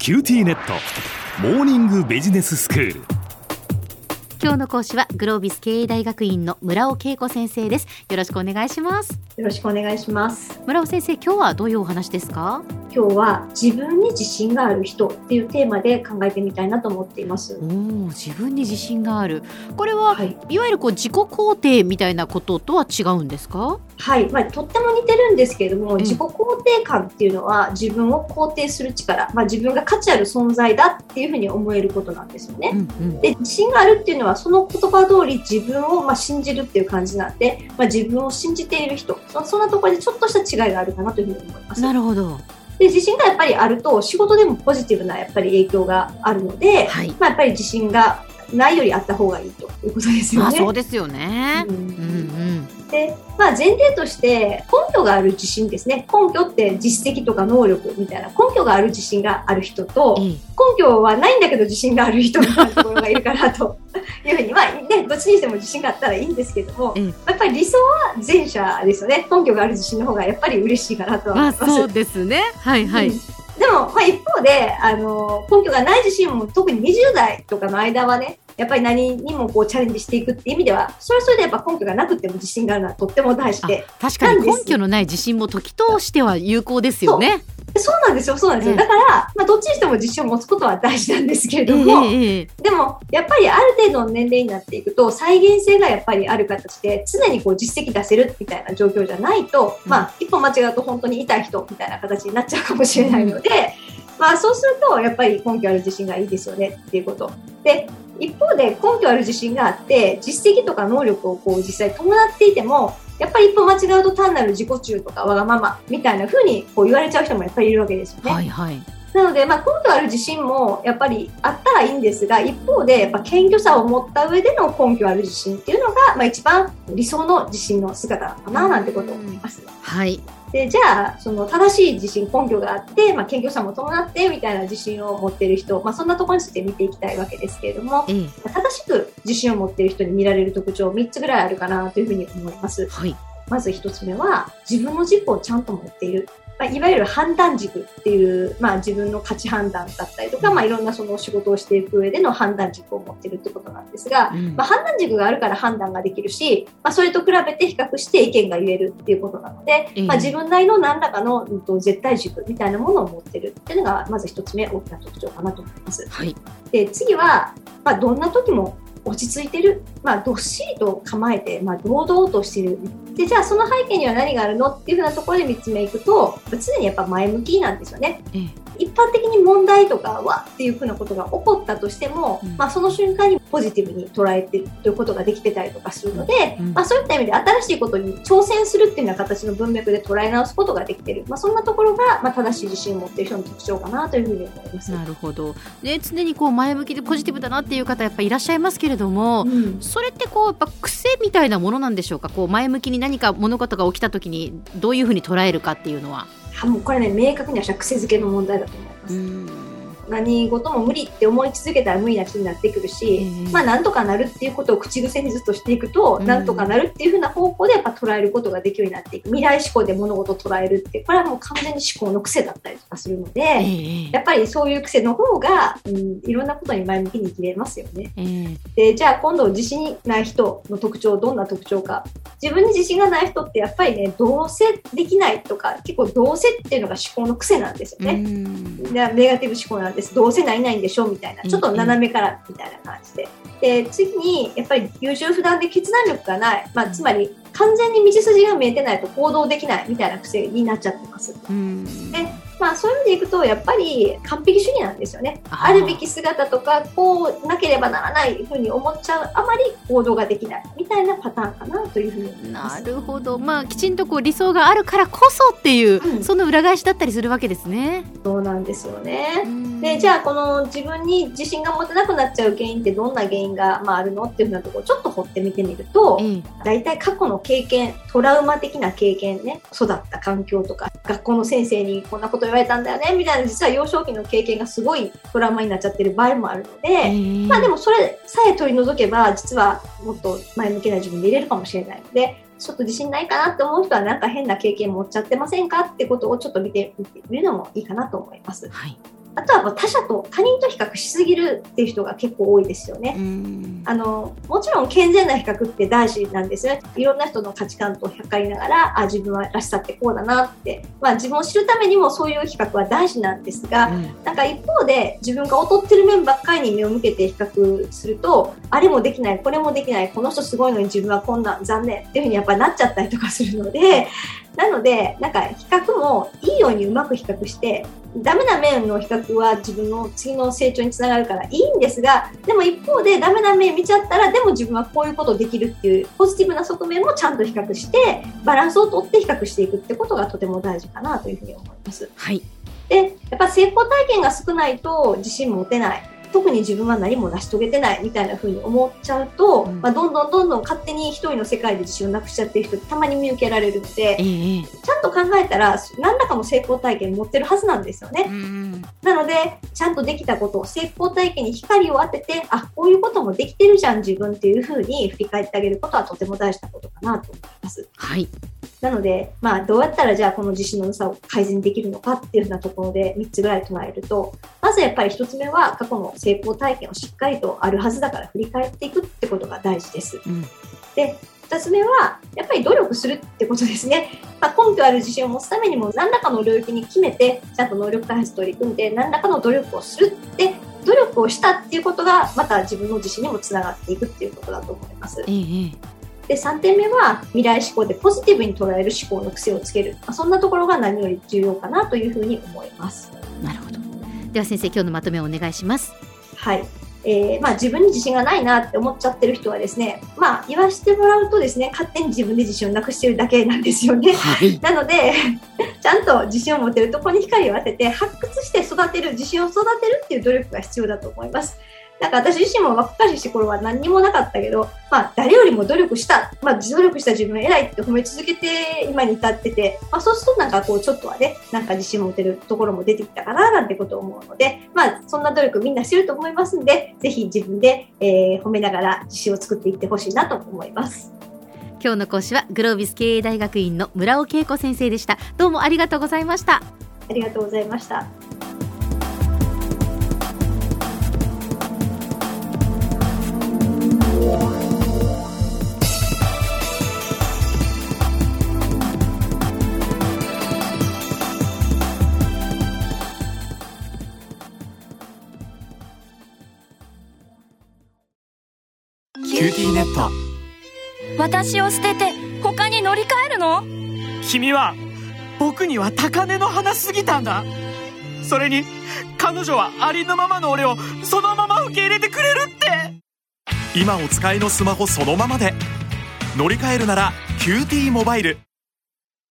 キューティーネットモーニングビジネススクール。 今日の講師はグロービス経営大学院の村尾恵子先生です。よろしくお願いします。 よろしくお願いします。 村尾先生、今日はどういうお話ですか？ 今日は自分に自信がある人っていうテーマで考えてみたいなと思っています。 自分に自信がある。これは、いわゆる自己肯定みたいなこととは違うんですか？ はい、とっても似てるんですけれども、自己肯定感っていうのは自分を肯定する力、自分が価値ある存在だっていうふうに思えることなんですよね。で、自信があるっていうのはその言葉通り自分を信じるっていう感じなんで、自分を信じている人、そんなところでちょっとした違いがあるかなというふうに思います。 なるほど。 で、自信がやっぱりあると仕事でもポジティブなやっぱり影響があるので、やっぱり自信がないよりあった方がいいということですよね。 そうですよね。 で、前提として根拠がある自信ですね。根拠って実績とか能力みたいな根拠がある自信がある人と、根拠はないんだけど自信がある人みたいなところがいるかなというふうに、どっちにしても自信があったらいいんですけども、やっぱり理想は前者ですよね。根拠がある自信の方がやっぱり嬉しいかなとは思います。 そうですね。はいはい。 でも、一方で、根拠がない自信も特に20代とかの間はね、やっぱり何にもチャレンジしていくっていう意味では、それはそれでやっぱ根拠がなくても自信があるのはとっても大事で。 確かに根拠のない自信も時としては有効ですよね。 そうなんですよ。だから、どっちにしても自信を持つことは大事なんですけれども、でも、やっぱりある程度の年齢になっていくと、再現性がやっぱりある形で、常に実績出せるみたいな状況じゃないと、一歩間違うと本当に痛い人みたいな形になっちゃうかもしれないので、そうすると、やっぱり根拠ある自信がいいですよねっていうこと。で、一方で根拠ある自信があって、実績とか能力を実際伴っていても、やっぱり一歩間違うと単なる自己中とかわがままみたいな風に言われちゃう人もやっぱりいるわけですよね。なので、根拠ある自信もやっぱりあったらいいんですが、一方でやっぱ謙虚さを持った上での根拠ある自信っていうのが、一番理想の自信の姿かななんてことを思います。で、じゃあ、その正しい自信、根拠があって、謙虚さも伴ってみたいな自信を持っている人、そんなところについて見ていきたいわけですけれども、正しく自信を持っている人に見られる特徴3つぐらいあるかなというふうに思います。まず1つ目は、自分の軸をちゃんと持っている。いわゆる判断軸っていう、自分の価値判断だったりとか、いろんなその仕事をしていく上での判断軸を持っているってことなんですが、判断軸があるから判断ができるし、それと比べて比較して意見が言えるっていうことなので、自分なりの何らかの、絶対軸みたいなものを持っているっていうのが、まず一つ目大きな特徴かなと思います。で、次は、どんな時も落ち着いてる、どっしりと構えて、堂々としている。で、じゃあその背景には何があるのっていうふうなところで見つめいくと、常にやっぱ前向きなんですよね。一般的に問題とかっていうふうなことが起こったとしても、その瞬間にポジティブに捉えているということができてたりとかするので、そういった意味で新しいことに挑戦するっていうような形の文脈で捉え直すことができている。そんなところが、正しい自信を持っている人の特徴かなというふうに思います。 なるほど。で、常に前向きでポジティブだなっていう方やっぱいらっしゃいますけれども、それってやっぱ癖みたいなものなんでしょうか？前向きに何か物事が起きた時にどういうふうに捉えるかっていうのは。 もうこれね、明確には癖づけの問題だと思います。何事も無理って思い続けたら無理な人になってくるし、なんとかなるっていうことを口癖にずっとしていくと、なんとかなるっていう風な方向でやっぱ捉えることができるようになっていく。未来思考で物事を捉えるって、これはもう完全に思考の癖だったりとかするので、やっぱりそういう癖の方が、いろんなことに前向きに生きれますよね。で、じゃあ今度自信ない人の特徴、どんな特徴か。自分に自信がない人ってやっぱりね、どうせできないとか、結構どうせっていうのが思考の癖なんですよね。ネガティブ思考なんです。どうせないないんでしょみたいな、ちょっと斜めからみたいな感じで。で、次にやっぱり優柔不断で決断力がない、つまり完全に道筋が見えてないと行動できないみたいな癖になっちゃってます。で、そういう意味でいくとやっぱり完璧主義なんですよね。あるべき姿とかこうなければならないふうに思っちゃうあまり行動ができないみたいなパターンかなというふうに思います。 なるほど。きちんと理想があるからこそっていう、その裏返しだったりするわけですね。 そうなんですよね。で、じゃあこの自分に自信が持てなくなっちゃう原因ってどんな原因があるのっていうふうなところをちょっと掘ってみてみると、大体過去の経験、トラウマ的な経験ね、育った環境とか学校の先生にこんなこと言われたんだよねみたいな、実は幼少期の経験がすごいトラウマになっちゃってる場合もあるので、でもそれさえ取り除けば実はもっと前向きな自分でいれるかもしれないので、ちょっと自信ないかなって思う人はなんか変な経験持っちゃってませんかってことをちょっと見てみるのもいいかなと思います。 あとは他者と他人と比較しすぎるっていう人が結構多いですよね。もちろん健全な比較って大事なんですね。いろんな人の価値観と測りながら、自分はらしさってこうだなって、自分を知るためにもそういう比較は大事なんですが、なんか一方で自分が劣ってる面ばっかりに目を向けて比較すると、あれもできない、これもできない、この人すごいのに自分はこんな残念っていうふうにやっぱりなっちゃったりとかするので、なのでなんか比較もいいようにうまく比較して、ダメな面の比較は自分の次の成長につながるからいいんですが、でも一方でダメな面見ちゃったら、でも自分はこういうことできるっていうポジティブな側面もちゃんと比較して、バランスをとって比較していくってことがとても大事かなというふうに思います。 はい。 で、やっぱ成功体験が少ないと自信持てない。特に自分は何も成し遂げてないみたいな風に思っちゃうと、どんどん勝手に一人の世界で自信をなくしちゃってる人ってたまに見受けられるので、ちゃんと考えたら何らかの成功体験持ってるはずなんですよね。なのでちゃんとできたことを成功体験に光を当てて、こういうこともできてるじゃん自分っていう風に振り返ってあげることはとても大事なことかなと思います。 はい。 なので、どうやったらじゃあこの自信のなさを改善できるのかっていうふうなところで3つぐらい捉えると、まずやっぱり1つ目は過去の成功体験をしっかりとあるはずだから振り返っていくってことが大事です。で、2つ目はやっぱり努力するってことですね。根拠ある自信を持つためにも何らかの領域に決めて、ちゃんと能力開発取り組んで何らかの努力をするって努力をしたっていうことがまた自分の自信にもつながっていくっていうことだと思います。で、3点目は未来志向でポジティブに捉える思考の癖をつける、そんなところが何より重要かなというふうに思います。 なるほど。では先生、今日のまとめをお願いします。 はい。自分に自信がないなって思っちゃってる人はですね、言わしてもらうとですね、勝手に自分で自信をなくしてるだけなんですよね。なのでちゃんと自信を持てるところに光を当てて発掘して育てる、自信を育てるっていう努力が必要だと思います。なんか私自身も若い頃は何にもなかったけど、誰よりも努力した、努力した自分偉いって褒め続けて今に至ってて、そうするとなんかちょっとはね、なんか自信を持てるところも出てきたかななんてことを思うので、そんな努力みんなしてると思いますんで、ぜひ自分で、褒めながら自信を作っていってほしいなと思います。 今日の講師はグロービス経営大学院の村尾恵子先生でした。どうもありがとうございました。 ありがとうございました。 キューティーネット。 私を捨てて他に乗り換えるの？ 君は僕には高嶺の花すぎたんだ。それに彼女はありのままの俺をそのまま受け入れてくれるって。 今お使いのスマホそのままで乗り換えるならキューティーモバイル。